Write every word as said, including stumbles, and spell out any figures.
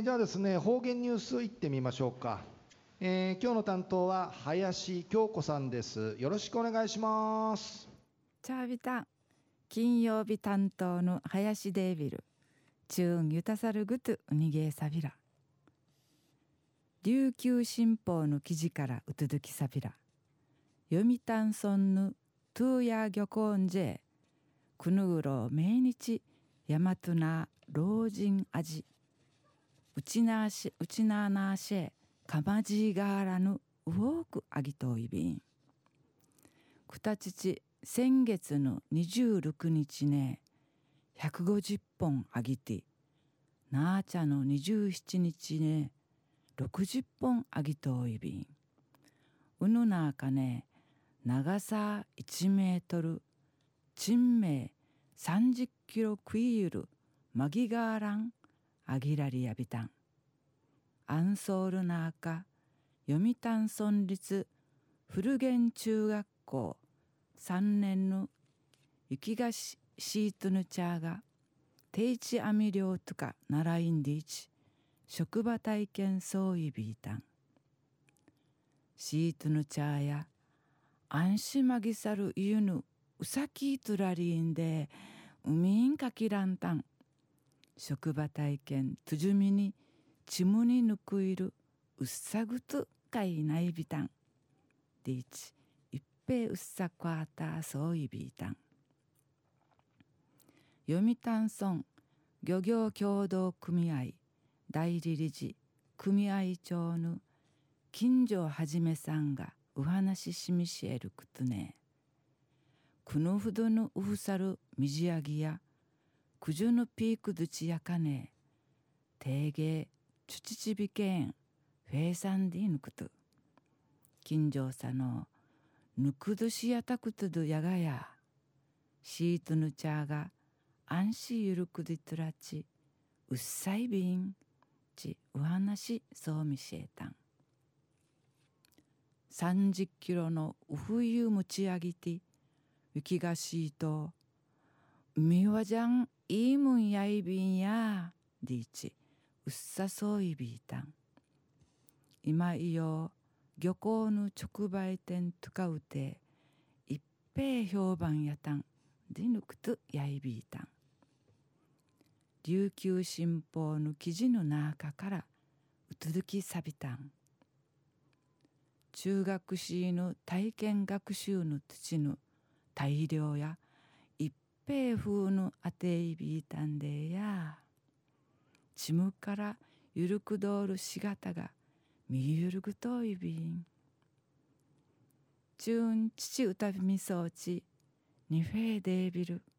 ー、じゃあですね、方言ニュースいってみましょうか。えー、今日の担当は林京子さんです。よろしくお願いします。 チャービタン金曜日担当の林デービルチューンユタサルグトゥウニゲーサビラ琉球新報の記事からうとどきサビラ読谷村のトゥーヤー漁港んじえくぬぐろ命日大和な老人味うちなしうちななしえかまじがらぬうおくあぎといびんくたちち先月のにじゅうろくにちねひゃくごじゅっぽんあぎてなあちゃのにじゅうしちにちねろくじゅっぽんあぎといびんうぬなかね長さいちメートル珍名さんじゅっキロクイユルマギガーランアギラリヤビタンアンソールナーカ読谷村立古源中学校さんねんの雪菓子シートヌチャーが定置網漁とか習いんでいち職場体験そういびいたんシートヌチャーや安心まぎさるゆぬうさきとらりんで海んかきらんたん職場体験とじゅみにちむにぬくいるうっさぐとかいないびたんでいち一平うっさこあたそういびいたん読谷村漁業協同組合代理理事組合長の金城はじめさんがお話ししみしえるくとねくぬふどのうふさるみじやぎやくじゅのピークどちやかねていげちゅちちびけんフェイサンディぬくと金城さのぬくどしやたくとどやがやシートぬちゃが安心ゆるくでとらちうっさいびんちお話そうみしえたんさんじゅっキロのうふゆ持ち上げて雪がしいとみわじゃんいいもんやいびんやでいちうっさそういびいたん今いよ漁港の直売店とかうて一平評判やたんでぬくとやいびいたん琉球新報の記事の中からうとどきさびたん中学士の体験学習の土の大量や一平風のあていびいたんでやちむからゆるくどおるしがたがみゆるぐといびんちゅんちちうたびみそうちにフェーデービル